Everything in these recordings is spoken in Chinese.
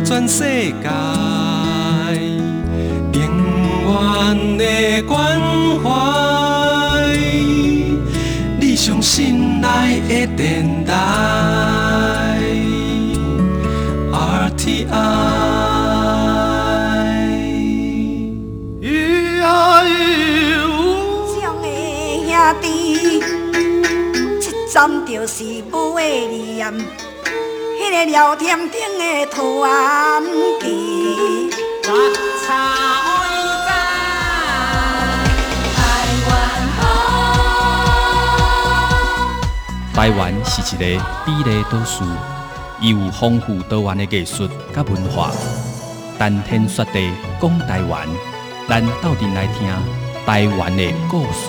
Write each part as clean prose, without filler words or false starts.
全世界，永远的关怀，你上心爱的电台 RTI。 将的兄弟，一站就是无的念，迄个聊天顶的传奇。 台湾是一个美丽都市，伊有丰富多元的艺术甲文化。谈天说地讲台湾，咱斗阵来听台湾的故事。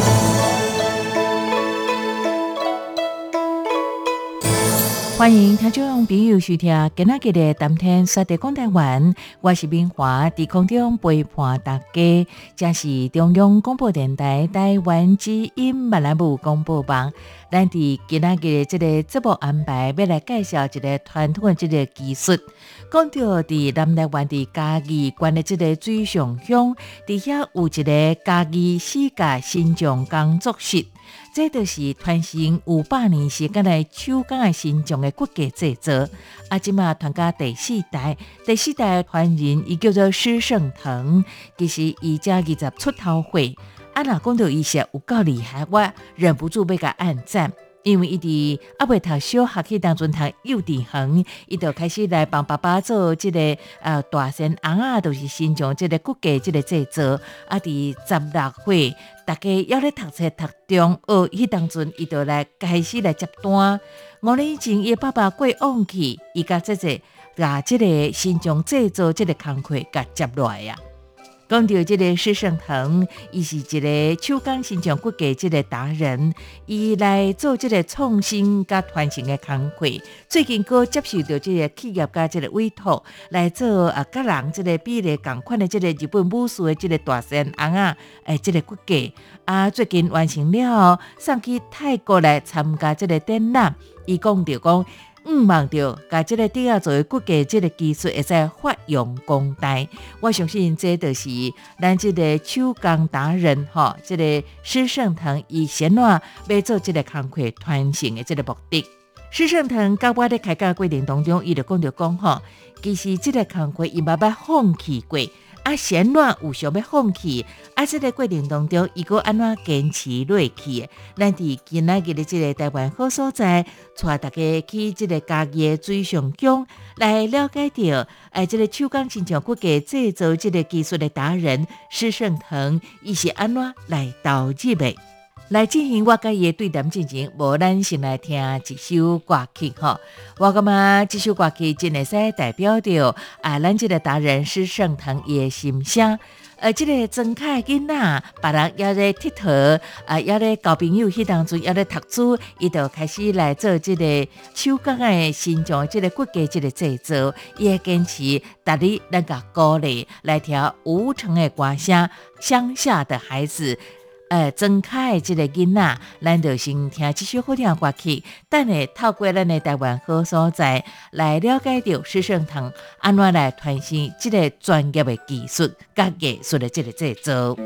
欢迎听众朋友收听今仔日的谈天说地讲台湾，我是敏华，伫空中陪伴大家。这是中央广播电台台湾之音马来语广播网。咱伫今仔日的这个节目安排，要来介绍一个传统的这个技术。讲到伫南台湾伫嘉义县的这个水上乡，伫遐有一个嘉义世界新匠工作室。这就是传承500年时间来手工的新匠的骨架制作，即马传到第四代的传人，伊叫做施胜腾，其实伊才20出头岁，若讲到伊是有够厉害，我忍不住要甲按赞。因为伊伫未读小学去当阵读幼稚园，伊就开始来帮爸爸做即个大仙翁啊，就是新匠即个骨架即个制作。伫16岁，大家要咧读册读中学，迄当阵伊就来开始来接单。5年以前，伊爸爸过往去，伊甲即个新匠制作即个工课甲接落来啊。讲到这个施胜腾，伊是一个手工新匠骨架这个达人，伊来做这个创新甲传承的工课。最近佫接受到这个企业家这个委托来做甲人这个比例同款的这个日本武术的这个大仙翁啊，这个骨架最近完成了，送去泰国来参加这个展览。伊讲着讲。望着甲即个底下做的骨架，即个技术会使发扬光大。我相信这就是咱即个手工达人即个施胜腾伊先要做即个工课传承的即个目的。施胜腾甲我咧开讲过程当中，伊就讲着讲其实即个工课伊嘛捌放弃过。先乱有想要放弃，这个过程当中，伊个安怎坚持落去的？咱伫今仔日的这个台湾好所在，带大家去这个嘉义的水上乡来了解到，这个手工新匠骨架制作这个技术的达人施胜腾，伊是安怎来导入的？来进行我甲伊的对谈进行，无咱先来听一首歌曲我感觉这首歌曲真会使代表着咱这个达人施胜腾伊的心声。这个庄凯囡仔，别人要咧佚佗，要咧交朋友，迄当中要咧读书，伊就开始来做这个手工的新匠，这个骨架，这个制作，伊会坚持，逐日咱甲鼓励来调吴成的歌声，乡下的孩子。庄凯的这个囡仔，咱就先听这首好听的歌曲，等下透过咱的台湾好所在来了解到施胜腾安怎来传承这个专业的技术甲艺术的这个制作。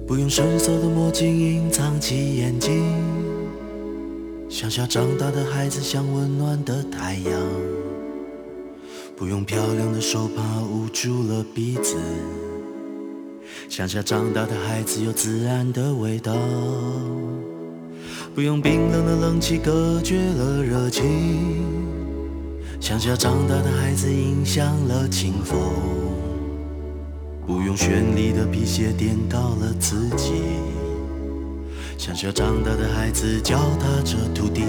不用深色的墨镜隐藏起眼睛，乡下长大的孩子像温暖的太阳，不用漂亮的手帕捂住了鼻子，乡下长大的孩子有自然的味道，不用冰冷的冷气隔绝了热情，乡下长大的孩子迎向了清风，不用绚丽的皮鞋颠倒了自己，乡下长大的孩子脚踏着土地。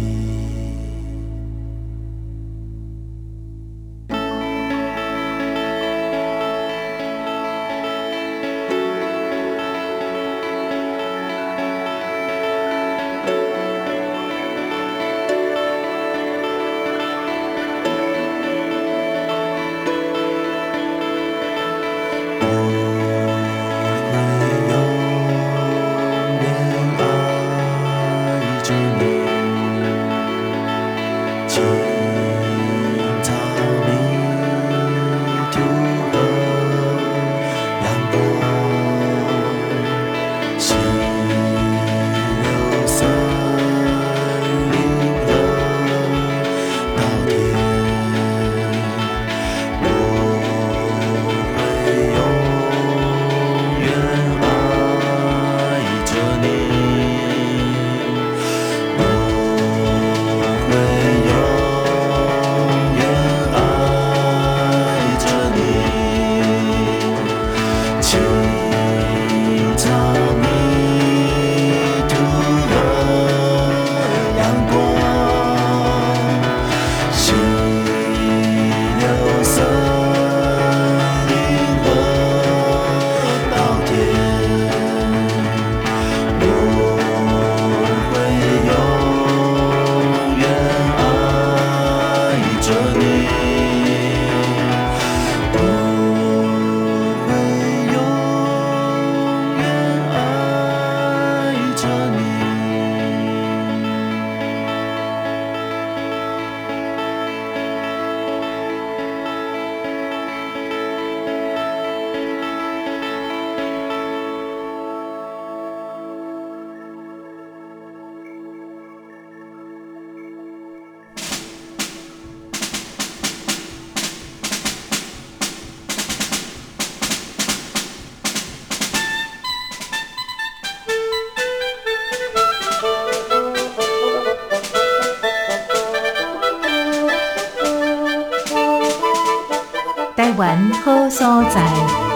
台湾好所在。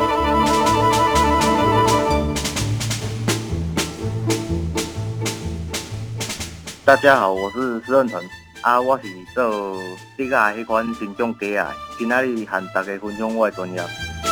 大家好，我是施润腾我是做竹仔迄款新种鸡仔，今仔日和大家分享我的专业。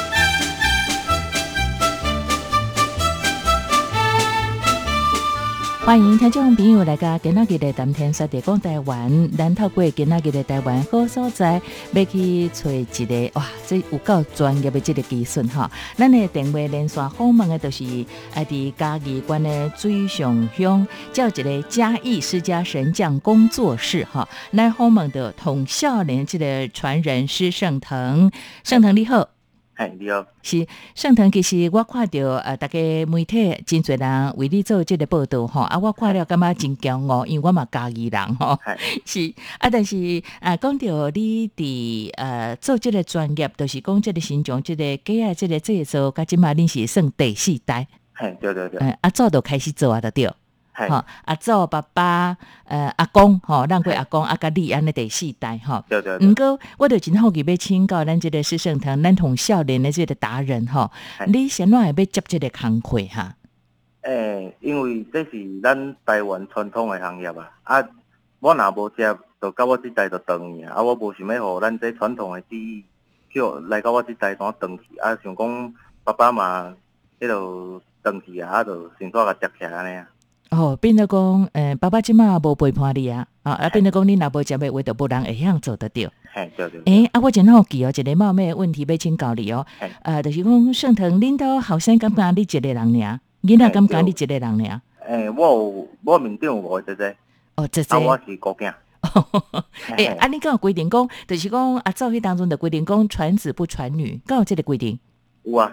欢迎听众朋友来到今仔日的谈天说地讲台湾，咱透过今仔日的台湾好所在，要去找一个哇，这有够专业的这个技术哈。咱的电话连线访问的就是伫嘉义县的水上乡，叫一个嘉义施家神将工作室哈。咱访问的同少年这个传人施胜腾，胜腾你好。 你好， 是胜腾，其实我看到大家媒体真侪人为你做这个报道吼，我看了感觉真骄傲，因为我嘛嘉义人吼，是但是讲到你伫做这个专业，就是讲这个新疆这个鸡仔这个制作，甲即马恁是算第四代， 对对对， 早就开始做就对。祖爸爸阿公咱过阿公甲你安尼第四代对对。 不过我就真好奇要请教咱这个施胜腾，咱同少年的这个达人你先怎会要接这个工课哈？ 因为这是咱台湾传统的行业我若无接，就到我这代就断去我无想要互咱这传统的技艺叫来到我这代怎断去想讲爸爸嘛迄落断去就先煞甲接起来安尼变得讲，爸爸即马无陪伴你变得讲你若无接的话，就无人会晓做得到。 对对。 我真好奇一个冒昧的问题要请教你就是讲胜腾，恁都后生感觉你一个人尔，囡仔感觉你一个人尔。 我面顶有5个姐姐。 姐姐。 我是孤囝。 你敢有规定讲，就是讲祖迄当中的规定讲传子不传女，敢有这个规定？ 有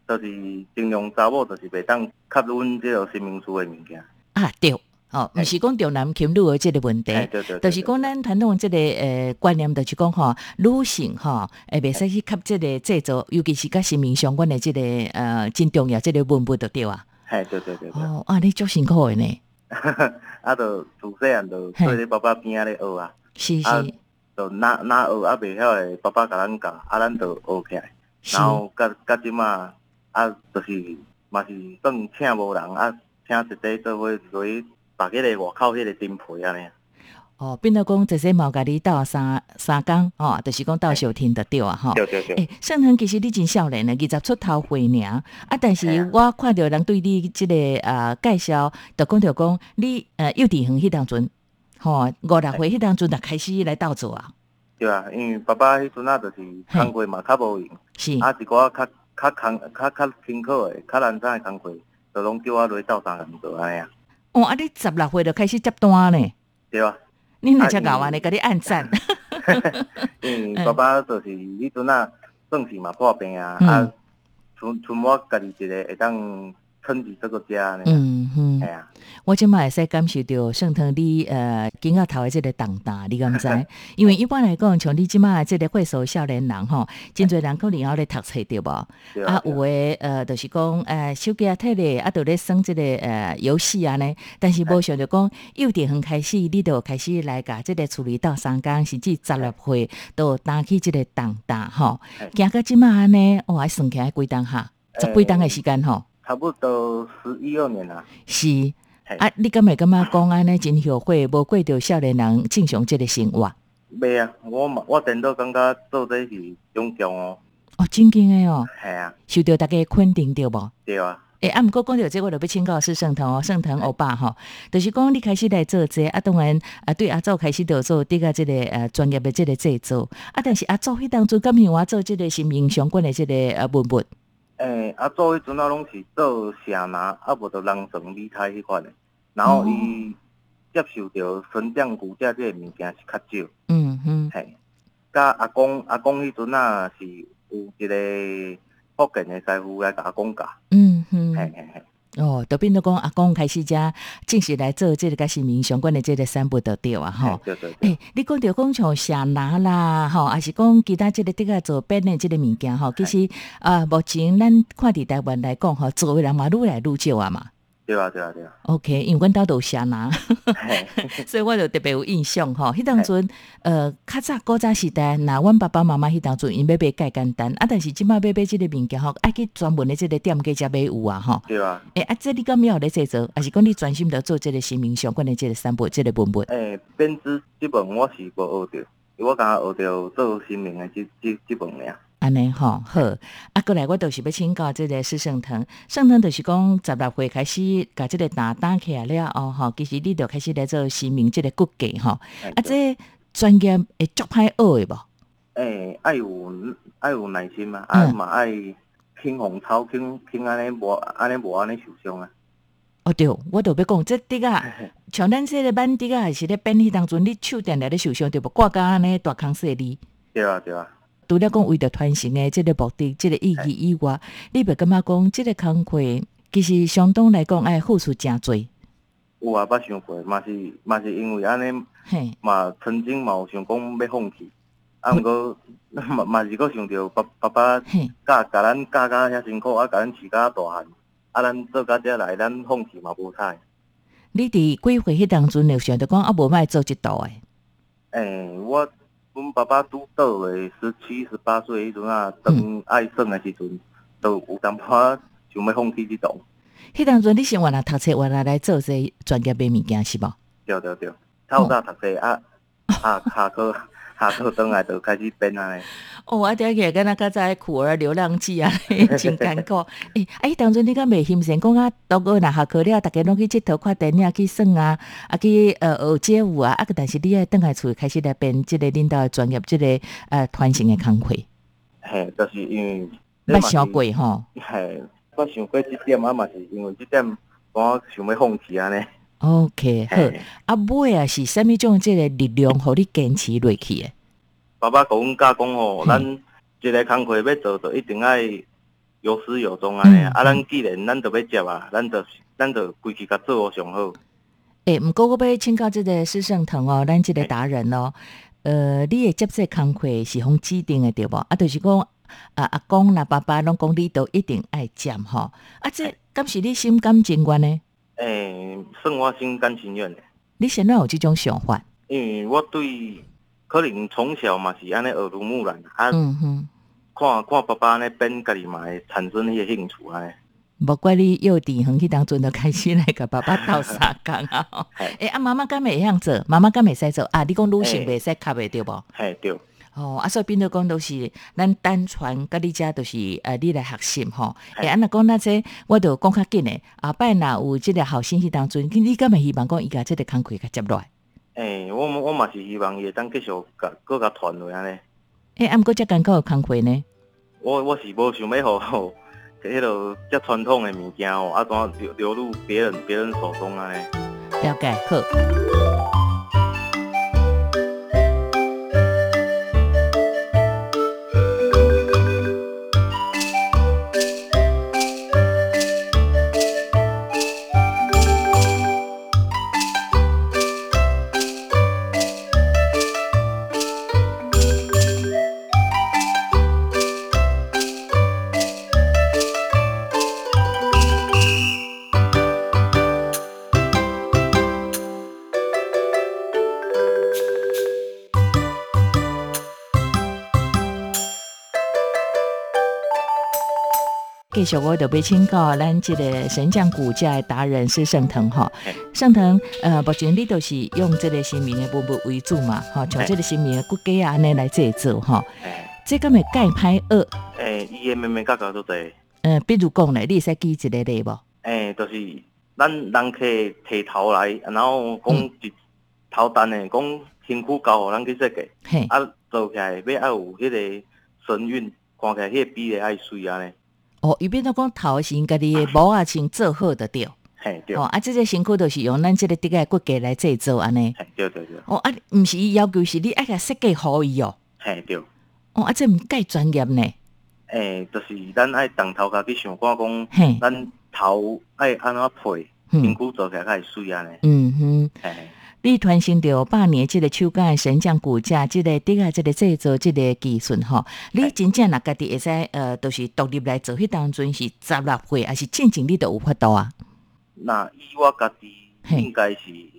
就是尽量查某就是袂当吸阮即个新名词的物件。 啊，对。哦，毋是讲重男轻女的即个问题，就是讲咱传统即个观念，就是讲吼，女性吼，袂使去吸即个制作，尤其是甲性命相关的即个真重要即个文物就对啊。 嘿，对。 哦，啊，你足辛苦的呢。 啊，就自细汉就做咧爸爸边仔咧学啊。 是。 就哪学啊袂晓的，爸爸甲咱教，啊，咱就学起来。然后甲即马啊，就是嘛是算请无人啊，请一块做伙做。把迄个外口迄个灯皮安尼。 哦，变到讲，这些毛甲你斗三工哦，就是讲斗小天就对啊吼。 对。 盛腾其实你真少年呢，20出头岁尔啊，但是我看到人对你即个介绍，就讲你幼稚园迄当阵，吼5-6岁迄当阵就开始来斗做啊。 对啊，因为爸爸迄阵就是工课嘛较无闲， 是啊一寡较辛苦的、较难产的工课，就拢叫我落斗三工做安尼啊。 哦，啊！你16岁就开始接单呢？ 对啊。 你哪只搞啊？你甲你按赞。 因为爸爸就是迄阵算是嘛破病啊，剩我家己一个会当撑起这个家呢。系啊。 我即摆会使感受到盛腾你颈仔头的即个重担，你敢知？因为一般来讲，像你即摆即个会所少年人吼，真侪人可能还咧读册对无？啊，有诶就是讲手机摕咧，啊，就咧耍即个游戏啊呢。但是无想着讲幼稚园开始，你就开始来甲即个处理到3工，甚至16岁都担起即个重担吼。行到即摆安尼，还算起来几档哈？10几档的时间吼。 差不多11、12年啦。 是。啊，你敢会感觉讲安尼真后悔，无过着少年人正常即个生活？ 袂啊，我真都感觉做这是种强哦。 哦，真经的哦。 系啊。 受到大家肯定对无？ 对啊。 啊，毋过讲到这，我就要请教是盛腾哦，盛腾欧巴吼，就是讲你开始来做这啊，当然对阿祖开始就做这个专业的这个制作啊，但是阿祖迄当初敢像我做这个新闻相关的这个文物。 阿祖迄阵拢是做社拿，啊无就人层米台迄款的，然后伊接受到神将骨架这个物件是较少。嘿，甲阿公迄阵是有一个福建的师傅来甲阿公教。嘿。 哦，就变做讲阿公开始才正式来做这个甲新闻相关的这个产物就对啊吼。 对。 你讲到讲像社拿啦，吼，还是讲其他这个做编的这个物件吼，其实目前咱看伫台湾来讲吼，做的人嘛愈来愈少啊嘛。 对啊。 OK， 因为阮兜都有社拿，所以我就特别有印象吼。迄当阵较早古早时代，那阮爸爸妈妈迄当阵因要买介简单啊，但是即摆要买即个物件吼，爱去专门的即个店家才买有啊吼。 对啊。 这你敢有咧制作，还是讲你专心的做即个新闻相关的即个产物、即个文物？ 编织这本我是无学着，因为我刚学着做新闻的这本尔。 安尼吼好，过来我就是要请教这个施盛腾，盛腾就是讲16岁开始甲这个担起来了哦吼，其实你就开始来做新闻这个骨架吼，这专业会足歹学的无？ 爱有耐心嘛，嘛爱轻风草，轻安尼无安尼受伤啊。 哦对，我就要讲这滴啊，像咱这个板滴啊，还是咧编迄当阵，你手电来咧受伤对无？挂甲安尼大空势哩。 对啊。 除了讲为着传承的这个目的、这个意义以外，你袂感觉讲这个工课其实相当来讲爱付出真多。 有啊，捌想过，嘛是因为安尼，嘛曾经嘛有想讲要放弃，毋过嘛是佫想着爸爸甲咱教遐辛苦，甲咱饲大汉，咱做到遮来，咱放弃嘛无歹。 你伫几岁迄当阵就想着讲无卖做一道诶？ 阮爸爸拄倒的17、18岁迄阵当爱耍的时阵，都有淡薄想要放弃这种。 迄当阵你是原来读册，原来来做这专业的物件是无？ 对，透早读册下课转来就开始编安尼。 我听起来敢若较早苦儿流浪记啊，真艰苦。当阵你敢袂欣赏讲都个若下课了，大家拢去佚佗、看电影、去耍啊，去学街舞啊，但是你爱倒来厝开始来编即个领导的专业，即个传承的工课。 嘿，就是因为捌想过吼。 嘿，我想过这点嘛是因为这点我想要放弃安尼。 OK， 好。尾是啥物种即个力量，互你坚持落去的？ 爸爸甲阮教讲吼，咱一个工课要做，就一定爱有始有终安尼啊。咱既然咱就要接啊，咱就规气甲做好上好。 毋过我要请教这个施胜腾哦，咱这个达人哦，你会接这工课是互指定的对无？啊，就是讲阿公啦、爸爸拢讲你都一定爱接吼。啊，这敢是你心甘情愿呢？ 算我心甘情愿的。 你现在有这种想法？ 因为我对可能从小嘛是安尼耳濡目染啊，看爸爸安尼变，家己嘛会产生迄个兴趣安尼。 无怪你幼稚园去当阵就开始来甲爸爸斗相共啊！啊，妈妈敢会晓做？妈妈敢会使做？啊，你讲女性袂使吸的对无？ 对。 啊，所以变做讲都是咱单传，甲你遮都是你来学习吼。安那讲那这，我就讲较紧诶。后摆若有即个后生去当阵，你敢会希望讲伊甲即个工课甲接落来？ 我嘛是希望伊会当继续甲传落安尼。 毋过遮艰苦诶工课呢？ 我是无想要互迄落遮传统诶物件哦，怎流入别人手中安尼。 了解，好。继续我就要请教咱这个神将骨架的达人施胜腾哈。胜腾，目前你都是用这个新民的文物为主嘛，哈，像这个新民的骨架啊，安尼来制作哈。这敢会介歹学？ 伊的面角角都侪。 比如讲咧，你会使举一个例无？ 就是咱人客提头来，然后讲一头单的，讲辛苦交互咱去设计，做起来要有迄个神韵，看起来迄个比例爱水安尼。 伊变做讲头先家己的帽啊先做好就对。 对。 这个辛苦就是用咱这个底下骨架来制作安尼。 对。 毋是伊要求是你爱甲设计好伊哦。 对。 这毋介专业呢。 就是咱爱动头壳去想看讲，咱头爱安怎配，辛苦做起来较会水安尼。你传承着8年这个手工的神将骨架，这个底下这个制作这个技术吼，你真正若家己会使就是独立来做，迄当阵是16岁，还是进前你都有法度啊？那以我家己应该是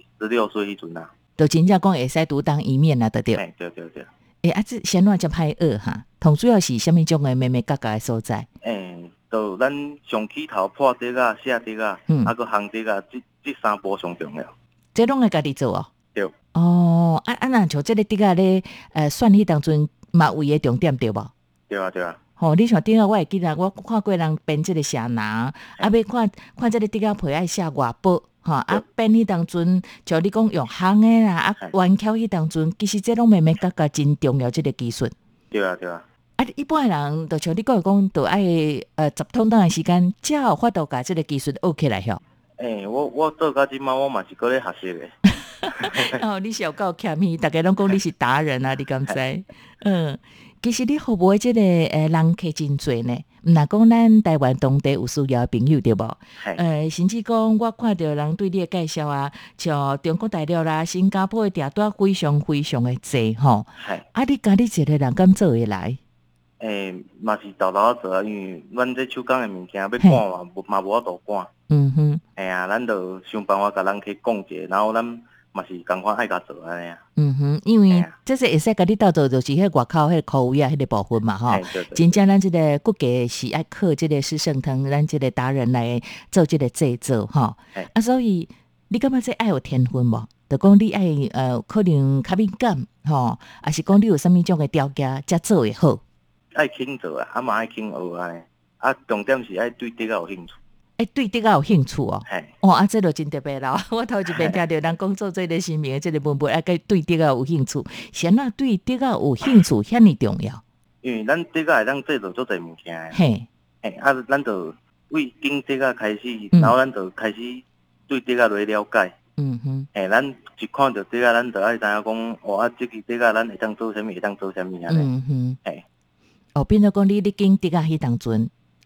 16岁迄阵啊， 就真正讲会使独当一面啦，对。 对。 这先怎才歹学哈？同主要是虾米种的眉眉角角的所在？ 就咱上起头破底啊、下底啊，搁行底啊，这3步上重要。 这拢会家己做哦。 对。 那像这个底下咧，选迄当阵嘛有伊的重点对无？ 对啊。 你像顶下我会记得，我看过人编这个写拿，要看这个底下皮爱写外薄，编迄当阵，像你讲用行的啦，弯翘迄当阵，其实这拢眉眉角角真重要，这个技术。 对啊。 一般的人，就像你讲，都爱10通当的时间，才有法度甲这个技术学起来吼。 我做到今嘛，我嘛是搁咧学习的。 你是有够谦虚，大家拢讲你是达人啊，你敢知？其实你服务的这个人客真多呢。若讲咱台湾当地有需要的朋友对无？甚至讲我看到人对你的介绍啊，像中国大陆啦、新加坡的店都非常非常的多吼。你家己一个人敢做会来？ 嘛是豆豆做啊，因为咱这手工的物件要赶嘛无法度赶。咱就想办法甲人去讲解，然后咱嘛是共款爱甲做安尼啊。 因为这是会使甲你斗做，就是迄外口迄个口味啊，迄个部分嘛吼。真正咱这个骨架是爱靠这个施胜腾，咱这个达人来做这个制作吼。所以你感觉这爱有天分无？就讲你爱可能较敏感吼，还是讲你有啥物种的条件才做会好？ 爱轻做啊，嘛爱轻学安尼。重点是爱对这个有兴趣。 对这个有兴趣哦。这就真特别啦！我头一遍听到人讲做这个新名的这个文物，爱对这个有兴趣。先对这个有兴趣，遐尼重要。 因为咱这个会当制作做侪物件的。咱就为经这个开始，然后咱就开始对这个来了解。咱一看到这个，咱就爱知影讲，这个这个咱会当做啥物，会当做啥物安尼。变做讲你经这个迄当阵。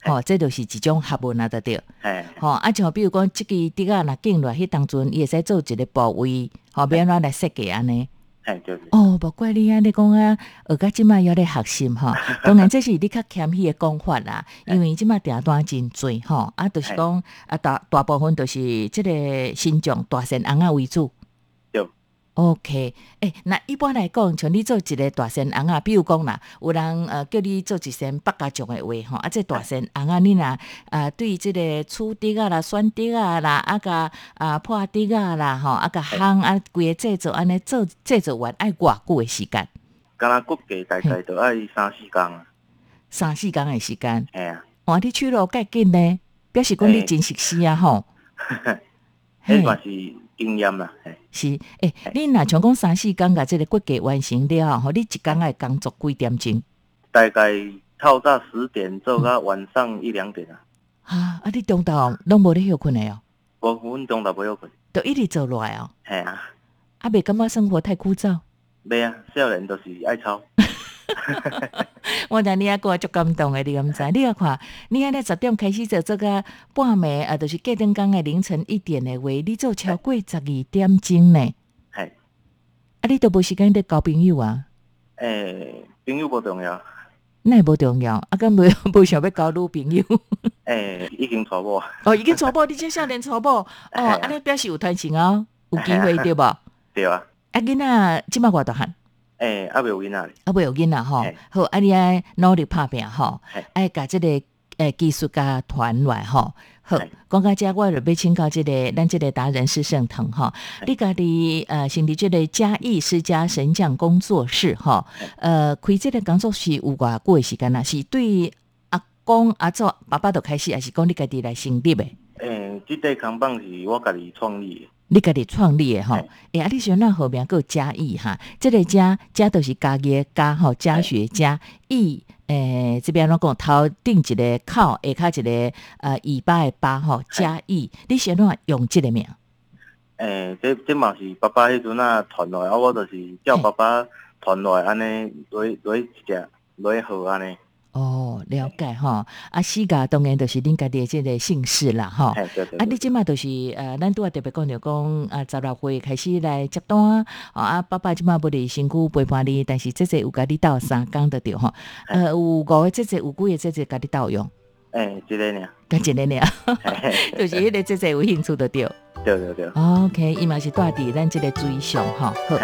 吼，这就是一种学问啊，对。 嘿， 吼，啊，像比如讲，即支竹啊，若紧落去当阵，伊会使做一个部位，吼，要安怎来设计安尼。 嘿，就是。 哦，无怪你啊！你讲啊，学到即摆要咧学习吼。当然，这是你较谦虚的讲法啦，因为即摆订单真多吼，啊，就是讲啊，大部分都是即个新种大仙翁仔为主。 对。 OK， 那一般来讲，像你做一个大仙翁仔，比如讲啦，有人叫你做一身百家种的话吼，啊，这大仙翁仔你若对即个粗竹啊啦、酸竹啊啦、甲破竹啊啦吼，甲烘规个制作安尼做制作完爱偌久的时间？ 敢若骨架大概就爱3-4工啊。 3-4工的时间。 嘿啊。 哇，你取落介紧呢，表示讲你真熟悉啊吼。 迄嘛是经验啦。 是，你若像讲3-4工甲即个骨架完成了吼，你一工爱工作几点钟？ 大概透早10点做到晚上1-2点啊。 你中昼拢无咧休困的哦？ 无，阮中昼无休困。 就一直做落来哦。 嘿啊。 袂感觉生活太枯燥？ 袂啊，少年就是爱操。 我知你个足感动的，你敢知？你看，你安尼10点开始做个半暝就是隔顿工的凌晨1点的话，你做超过12点钟呢。 系。 你都无时间咧交朋友啊？ 朋友无重要。 那无重要，敢无想要交女朋友？ 已经娶某。 已经娶某，你这少年娶某，安尼表示有传承哦，有机会对无？ 对啊。 囡仔即摆偌大汉？ 未有囡仔咧。 未有囡仔吼，好，你爱努力拍拼吼，爱甲即个技术家团来吼。好，讲到这，我就要请教咱这个达人施胜腾吼，你家己成立这个嘉义施家神将工作室吼，开这个工作室有偌久的时间啦？是对阿公阿祖爸爸就开始，还是讲你家己来成立的？ 这个工坊是我家己创立的。 你家己创立的吼，你想那后面还有嘉义哈，这个嘉都是家己的嘉吼，嘉学嘉义，这边拢讲头顶一个口，下骹一个尾巴的巴吼，嘉义，你想那用这个名？ 这嘛是爸爸迄阵啊传落来，我就是叫爸爸传落来安尼，落一只落号安尼。 了解吼，世家当然就是恁家己这个姓氏啦吼。你即马就是咱拄特别讲着讲16岁开始来接单爸爸即马不离身躯陪伴你，但是这有家己斗3工就对吼。有5个这有几个这家己斗用？ 一个尔。 一个尔，就是迄个这有兴趣就对。 对。 OK， 伊嘛是住伫咱这个水上吼。好。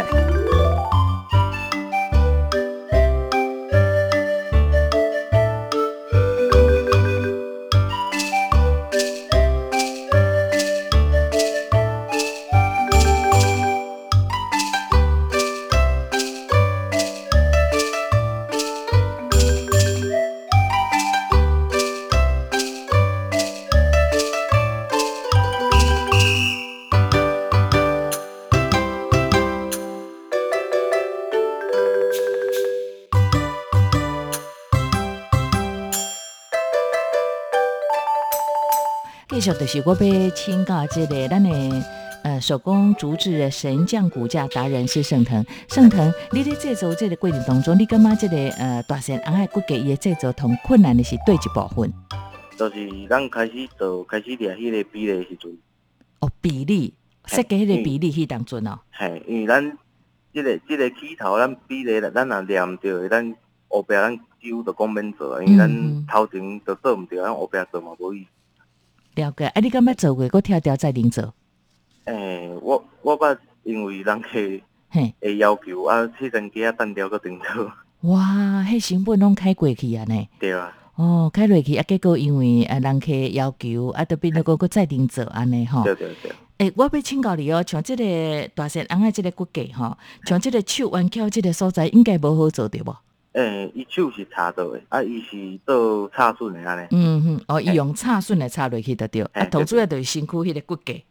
继续就是我要请教这个咱的手工竹制的神将骨架达人是盛腾。盛腾，你在制作这个过程当中，你感觉这个大仙翁的骨架伊的制作同困难的是对一部分？ 就是咱开始做开始掠迄个比例的时阵。 比例设计迄个比例迄当阵哦。 嘿，因为咱这个起头咱比例咱若念着，咱后壁咱几乎就讲免做，因为咱头前就做唔着，咱后壁做嘛无意思。 了解，你敢捌做过？我跳掉再另做。 我捌因为人客会要求替身家单调个顶做。 哇，迄成本拢开过去啊呢。 对啊。 开落去结果因为人客要求就变成个再另做安尼吼。 对。 我要请教你像这个大仙翁的这个骨架吼，像这个手弯翘这个所在应该无好做对无？ 伊手是插做的，伊是做插榫的安尼。 伊用插榫来插落去就对。头主要就是身躯迄个骨架。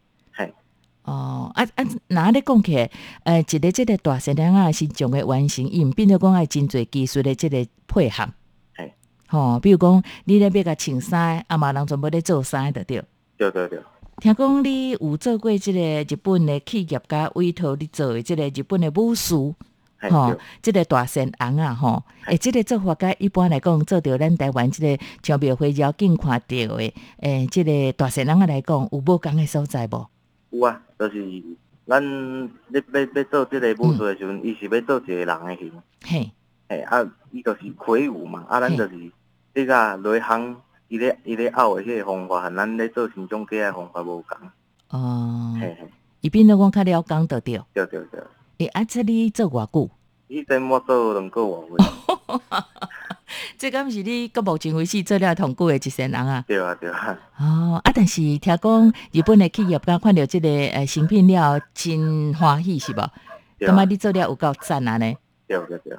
那你讲起来，一个这个大仙翁的形象的完成，伊变做讲爱真侪技术的这个配合。比如讲你咧要甲穿衫，嘛人全部咧做衫就对。 对。 听讲你有做过这个日本的企业家委托你做的这个日本的武术。 吼，即个大仙翁啊吼，即个做法甲一般来讲做着咱台湾即个像庙会绕境看到的即个大仙翁啊来讲，有无共的所在无？ 有啊，就是咱要做即个武术的时阵，伊是要做一个人的形。 嘿， 啊，伊就是魁梧嘛，啊，咱就是这个内行，伊咧拗的迄个方法，和咱咧做新种鸡的方法无共。 哦， 嘿嘿， 伊变得讲较了讲得对。 对。 这你做偌久？ 迄阵我做2个月。 这敢是你到目前为止做了同久的一仙人啊？ 对啊。 哦，但是听讲日本的企业刚看到这个新品了，真欢喜是无？感觉你做了有够赞啊呢？ 对。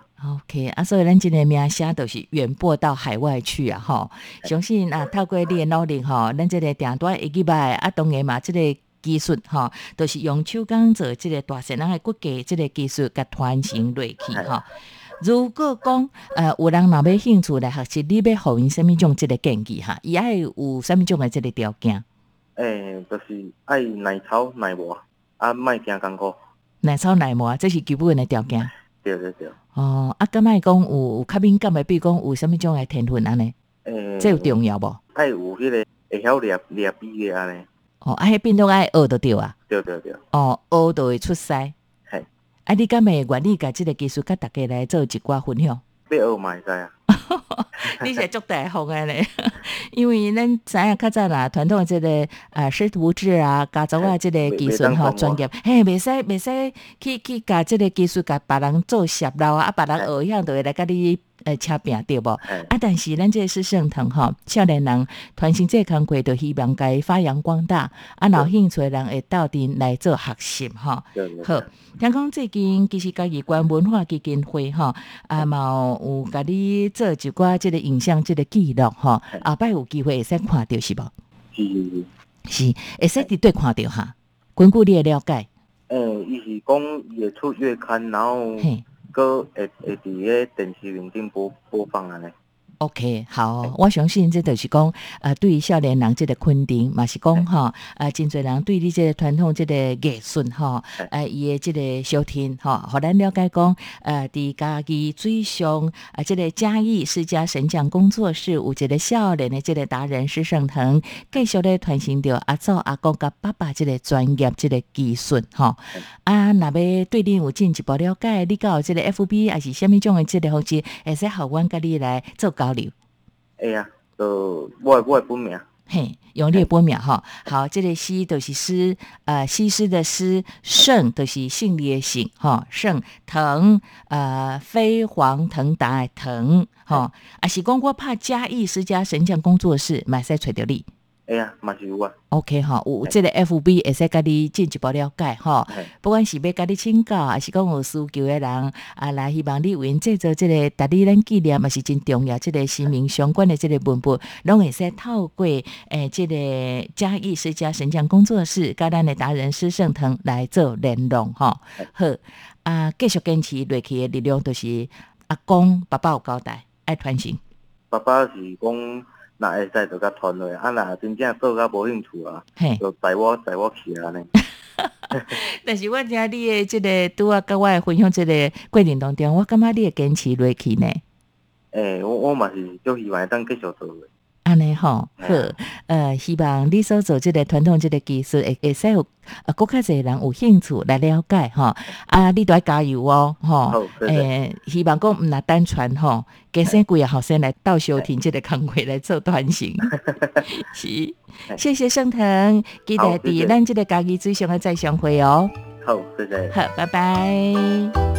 OK， 所以咱这个名声都是远播到海外去啊！吼，相信透过你的努力吼，咱这个订单会去摆当然嘛，这个技术吼，都是用手工做这个大仙人的骨架，这个技术甲传承落去吼。如果讲有人若要兴趣来学习，你要互因什么种这个建议哈？伊爱有什么种的这个条件？ 就是爱耐操耐磨，莫惊艰苦。 耐操耐磨，这是基本的条件。 对。 哦，敢莫讲有较敏感的，比如讲有什么种的天分安尼？这有重要无？ 爱有迄个会晓掠笔的安尼。 哦，迄变做爱学就对啊。 对。 哦，学就会出师。 嘿。 你敢会愿意甲即个技术甲大家来做一寡分享？ 要学嘛会使啊。 你是足大方的咧，因为咱知影较早啦，传统的这个师徒制啊，家族啊，这个技术吼专业，袂使去甲这个技术甲别人做摄漏啊，别人学样就会来甲你车拼对无？但是咱这个师圣堂吼，少年人传承这工课，就希望该发扬光大，有兴趣的人会到阵来做学习吼。好，听讲最近其实嘉义县文化基金会吼，嘛有甲你做一寡这个影像这个记录吼，后摆有机会会使看到是无？是，会使伫对看到哈。根据你的了解， 伊是讲伊会出月刊，然后搁会伫个电视面顶播放安尼。 OK， 好，我相信这就是讲，对于少年人这个肯定，嘛是讲哈，真侪人对你这个传统这个艺术哈，伊的这个收听哈，互咱了解讲，伫家己水上这个嘉义世家神将工作室有一个少年的这个达人施圣腾，继续咧传承着阿祖阿公甲爸爸这个专业这个技术哈。若要对你有进一步了解，你到这个 FB 还是什么种的这个方式，会使互阮甲你来做交流。 会啊，就我的本名。 嘿，用你的本名哈。好，这个西就是诗，西施的诗，圣就是姓李的姓哈，圣腾，飞黄腾达的腾哈，是讲我拍嘉义世家神将工作室，嘛使找到你。 会啊，嘛是有啊。 OK 哈，有这个 FB 会使甲你进一步了解哈。不管是要甲你请教，还是讲有需求的人来希望你为因制作这个达你咱纪念，嘛是真重要。这个新名相关的这个文本，拢会使透过这个嘉义世家神将工作室，甲咱的达人施圣腾来做联络哈。好继续坚持落去的力量，就是阿公爸爸有交代，爱传承。 爸爸是讲。若会使就甲传落，若真正做甲无兴趣啊，就载我去安尼。 但是我听你的这个拄啊，甲我的分享这个过程当中，我感觉你会坚持落去呢。 我嘛是就希望当继续做的。 安尼吼，好，希望你所做这个传统这个技术，会使有更较侪人有兴趣来了解吼。你都要加油哦，吼。希望讲毋若单传吼，加生几个后生来到收听这个工会来做传承。是，谢谢圣腾，记得伫咱这个家己水上的再相会哦。 好，谢谢。 好，拜拜。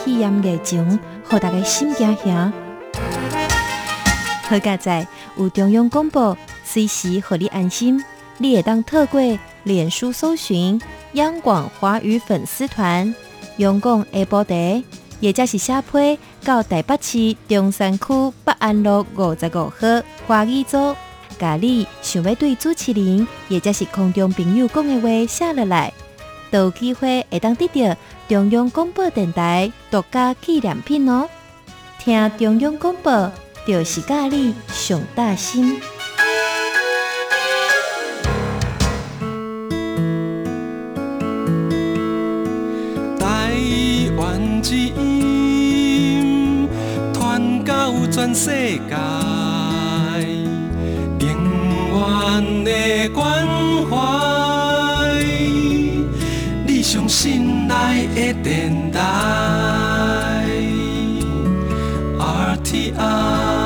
喜宴热情，互大家心惊惊。好佳在有中央广播，随时互你安心。你会当透过脸书搜寻央广华语粉丝团，央广下晡茶，也就是写批到台北市中山区北安路55号华语组，甲你想要对主持人，也就是空中朋友讲的话写落来，就有机会会当得到中央广播电台独家纪念品哦。听中央广播，就是甲你上大心。 台湾之音传到全世界，永远的关怀，你上心爱的电台 RTI。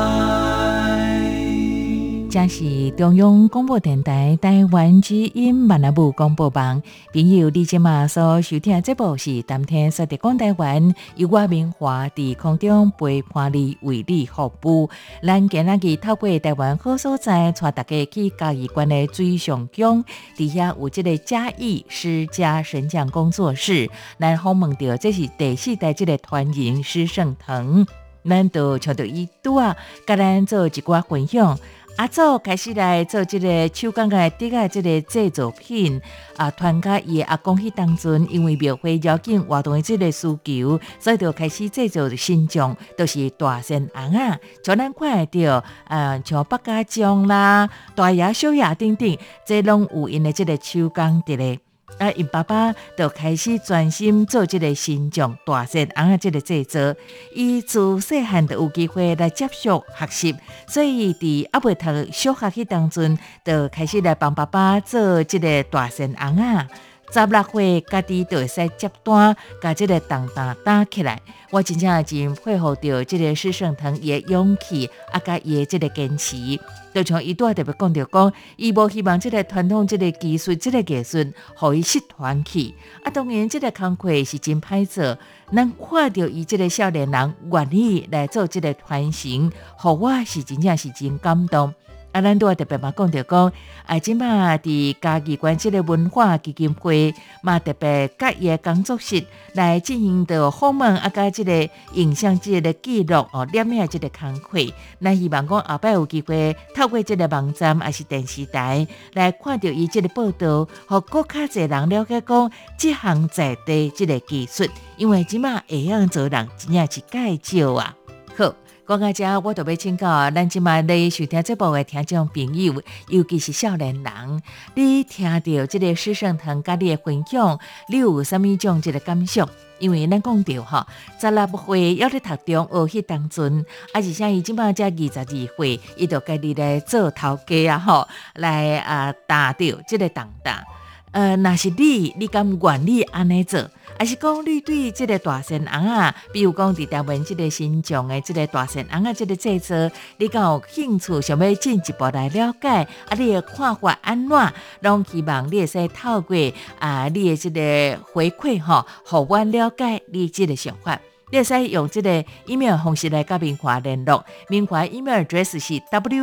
这是中央广播电台台湾之音闽南语广播网，朋友你即马所收听的节目是谈天说地讲台湾，由我明华伫空中陪伴你为你服务。咱今仔日透过台湾好所在，带大家去嘉义县的水上宫，底下有这个嘉义施家神将工作室，咱访问到这是第4代这个团员施胜腾，咱就找到伊拄啊，甲咱做一寡分享。阿祖开始来做这个手工的竹啊，这个制作品啊，传甲伊阿公迄当阵，因为庙会邀请活动的这个需求，所以就开始制作新种，都是大仙红啊，像咱看得到像北家将啦、大爷、小爷等等，这拢有因的这个手工伫咧。因爸爸就开始专心做这个新种大仙红这个制作，伊自细汉就有机会来接触学习，所以伫还未读小学迄当阵，就开始来帮爸爸做这个大仙红16岁，家己就会使接单，把这个重担担起来。我真正真佩服到这个施胜腾伊的勇气，甲伊的这个坚持。就像伊拄特别讲到讲，伊无希望这个传统、这个技术、这个艺术，互伊失传去。当然，这个工课是真歹做，咱看到伊这个少年人愿意来做这个传承，互我是真正是真感动。咱都特别嘛讲到讲，即马伫嘉义县这个文化基金会嘛特别甲伊的工作室来进行到访问甲这个影像这个记录念下这个工课。咱希望讲后摆有机会透过这个网站还是电视台来看到伊这个报道，互更较侪人了解讲这项在地这个技术，因为即马会晓做人真正是介少啊。好。讲到这，我就要请教咱即卖咧收听节目的听众朋友，尤其是少年人，你听到这个施胜腾甲你的分享，你有啥物种这个感想？因为咱讲到16岁要咧读中学迄当阵，而且伊即摆才22岁，伊就家己来做头家来担着这个重担。若是你敢愿意安尼做？还是讲你对这个大仙红比如讲伫台湾这个新种的这个大仙红这个制作，你敢有兴趣想要进一步来了解？你的看法安怎？拢希望你会使透过你的这个回馈互我了解你这个想法。你会使用这个 email 方式来甲明华联络，明华 email address 是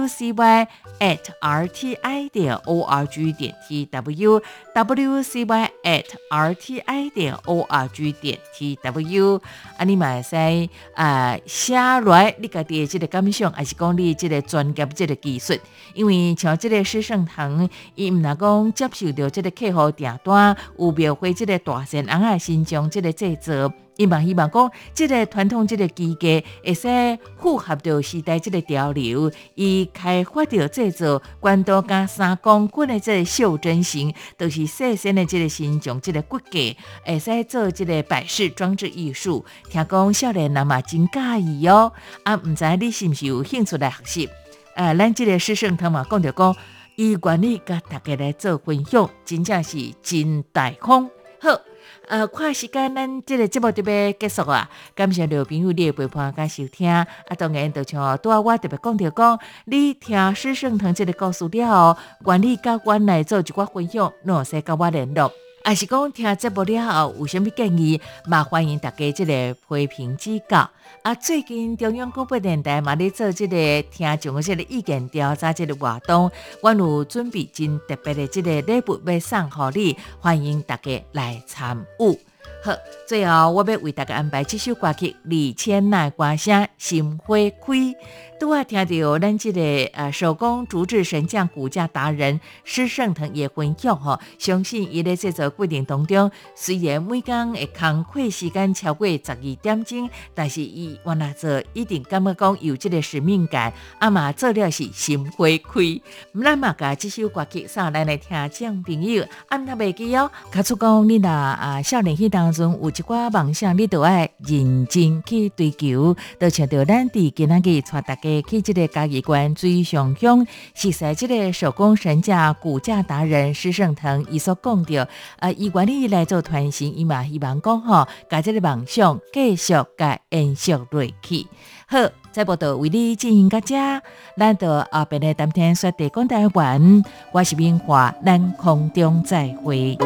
wcy@rti.org.tw wcy@rti.org.tw 你嘛会使写来你家己的这个感想，还是讲你这个专业这个技术？因为像这个施胜腾，伊毋若讲接受到这个客户订单，有庙会这个大仙红新疆这个制作。伊嘛希望讲，这个传统这个技艺会使符合到时代这个潮流，伊开发到制作关刀加3公斤的这个袖珍型，都是细身的这个新种这个骨架，会使做这个摆饰装置艺术。听讲少年人嘛真介意哦，毋知你是毋是有兴趣来学习？咱这个施胜腾嘛讲着讲，伊愿意甲大家来做分享，真正是真大方。好。看时间，咱这个节目就要结束啊！感谢各位朋友你的陪伴甲收听。当然，就像拄我特别讲到讲，你听施胜腾这个故事了后，愿意甲阮来做一寡分享，侬会使甲我联络。 还是讲听节目了后有啥物建议，嘛欢迎大家这个批评指教。最近中央广播电台嘛咧做这个听众的这个意见调查这个活动，阮有准备真特别的这个礼物要送给你，欢迎大家来参与。好，最后我要为大家安排这首歌曲李千奈歌声《心花开》。拄啊听到咱这个手工竹制神匠骨架达人施胜腾也分享吼，相信伊咧制作过程当中，虽然每天的工课时间超过12点钟，但是伊原来做一定感觉讲有这个使命感，嘛做了是心花开。咱嘛甲这首歌曲送咱来听众朋友，若袂记哦，假如讲你若少年迄当中有一寡梦想，你都爱认真去追求，就像着咱伫今仔日带大家去这个嘉义县水上乡，实在这个手工神匠骨架达人施胜腾伊所讲到，伊愿意来做传承，伊嘛希望讲吼，甲这个梦想继续甲延续落去。好，在报道为你进行到这，咱到后边的谈天说地讲台湾，我是明华，咱空中再会。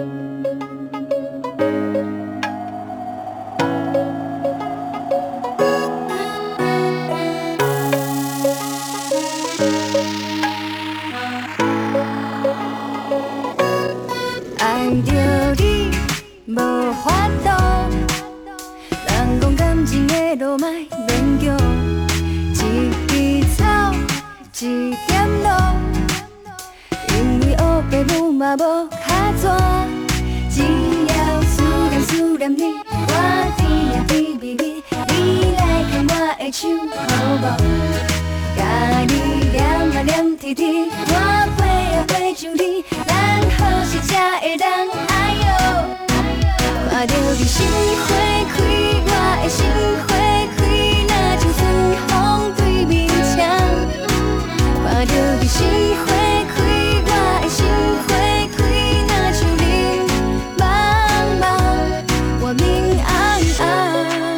爱着你无法度，人讲感情的路莫勉强，一枝草，一点露，因为黑爸母嘛无卡纸，只要思念你，我甜呀甜蜜蜜，你来牵我的手好无？甲你念啊念甜甜，我飞啊飞上你，咱好时才会当哎哟，看着你心花开，我的心花开，若像春风对面墙，看着你心花开，我的心花开，若像林茫茫，我明暗暗。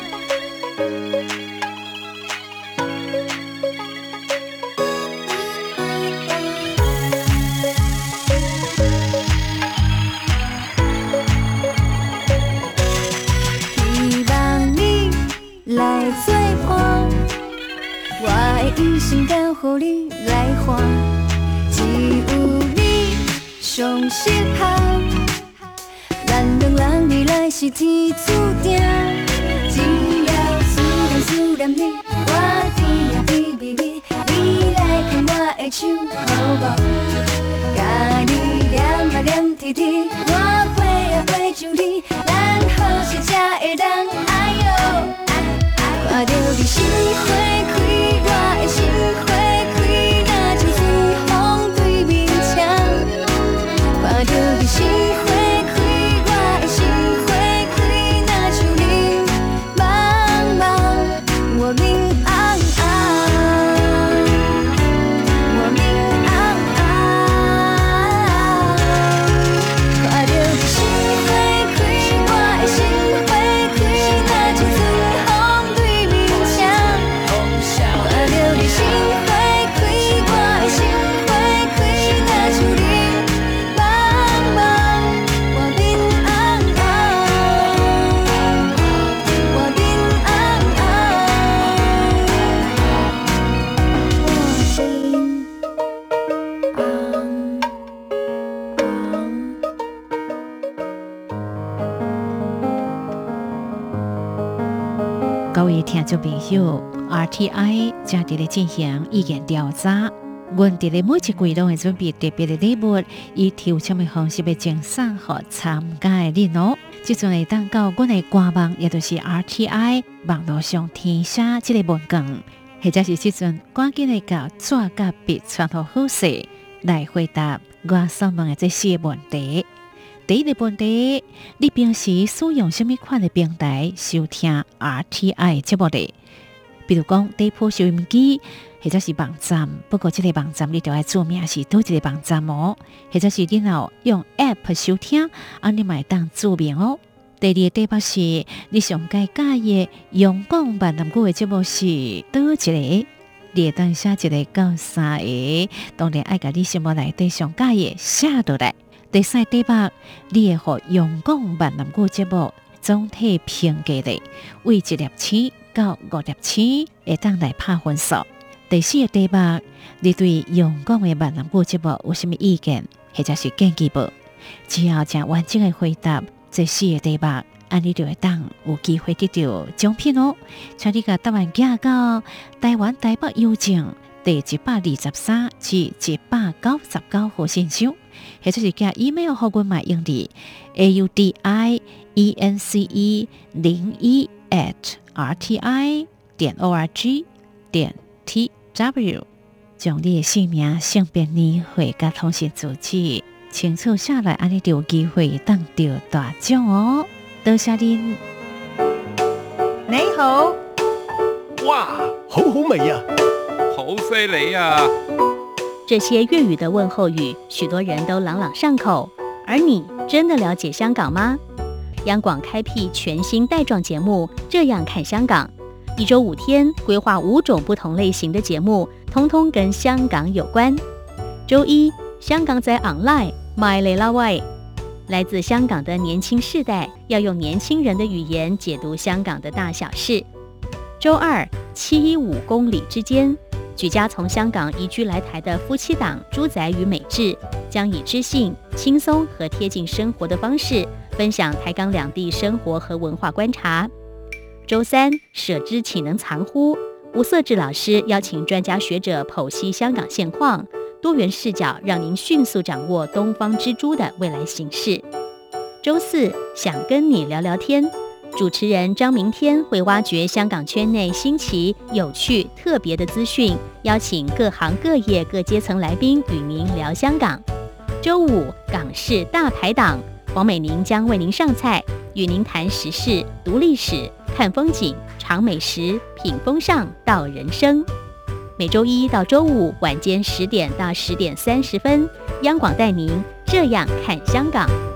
来作伴，我的一生交予你来换，只有你上适合，咱两人未来是天注定，只要思念你，我甜呀甜蜜蜜，你来牵我的手好无？甲你念啊念甜甜，我飞啊飞上你，咱好时才会当哎哟。看着你心花开，我的心花开，若像春风对面墙。看着你心花开，我的心花开，若像林茫茫，我明暗暗，我明暗暗。看着你心花开，我的心花开，若像春风对面墙。看着你心花开，我的心花开，若像林茫茫，我明暗暗，我明暗暗。 各位听众朋友 ，RTI 正伫咧进行意见调查，阮伫咧每一季拢会准备特别的礼物，以抽签的方式要赠送予参加的人哦。即阵会当到阮的官网，也就是 RTI 网络上填写即个文件，或者是即阵赶紧来到纸甲笔传互好势来回答我所问的这4个问题。第一个问题，你平时使用什么款的平台收听 RTI 节目的？比如讲，地铺收音机，或者是网站。不过，这个网站你就要注明是倒一个网站哦。或者是你若用 App 收听，你嘛会当注明哦。第二个题目是，你上介介意用讲闽南语的节目是倒一个？你会当写一个到3个，当然爱甲你节目内底上介意写倒来。 第三题目，你会和用讲闽南语节目总体评价的为1粒星到5粒星，会当来打分数。第四个题目，你对用讲的闽南语节目有什么意见，或者是建议无？只要将完整的回答这4个题目，安尼就会当有机会得到奖品哦。请你甲答案寄到台湾台北邮政第123至199号信箱，或者是寄 email 给阮嘛，用的 audince01@rti.org.tw， 将你的姓名、性别、年岁甲通讯住址清楚下来，安尼就有机会当到大奖哦。多谢您。 你好， 哇，好好味啊！ 好犀利啊！ 这些粤语的问候语，许多人都朗朗上口。而你真的了解香港吗？央广开辟全新带状节目《这样看香港》，一周5天，规划5种不同类型的节目，通通跟香港有关。周一，香港在 online 買嚟啦喂，来自香港的年轻世代要用年轻人的语言解读香港的大小事。周二，715公里之间，举家从香港移居来台的夫妻档朱仔与美智，将以知性、轻松和贴近生活的方式，分享台港两地生活和文化观察。周三，舍之岂能藏乎？吴瑟智老师邀请专家学者剖析香港现况，多元视角让您迅速掌握东方之珠的未来形势。周四，想跟你聊聊天，主持人张明天会挖掘香港圈内新奇、有趣、特别的资讯，邀请各行各业各阶层来宾与您聊香港。周五，港式大排档，黄美玲将为您上菜，与您谈时事、读历史、看风景、尝美食、品风尚到人生。每周一到周五晚间10点到10点30分，央广带您这样看香港。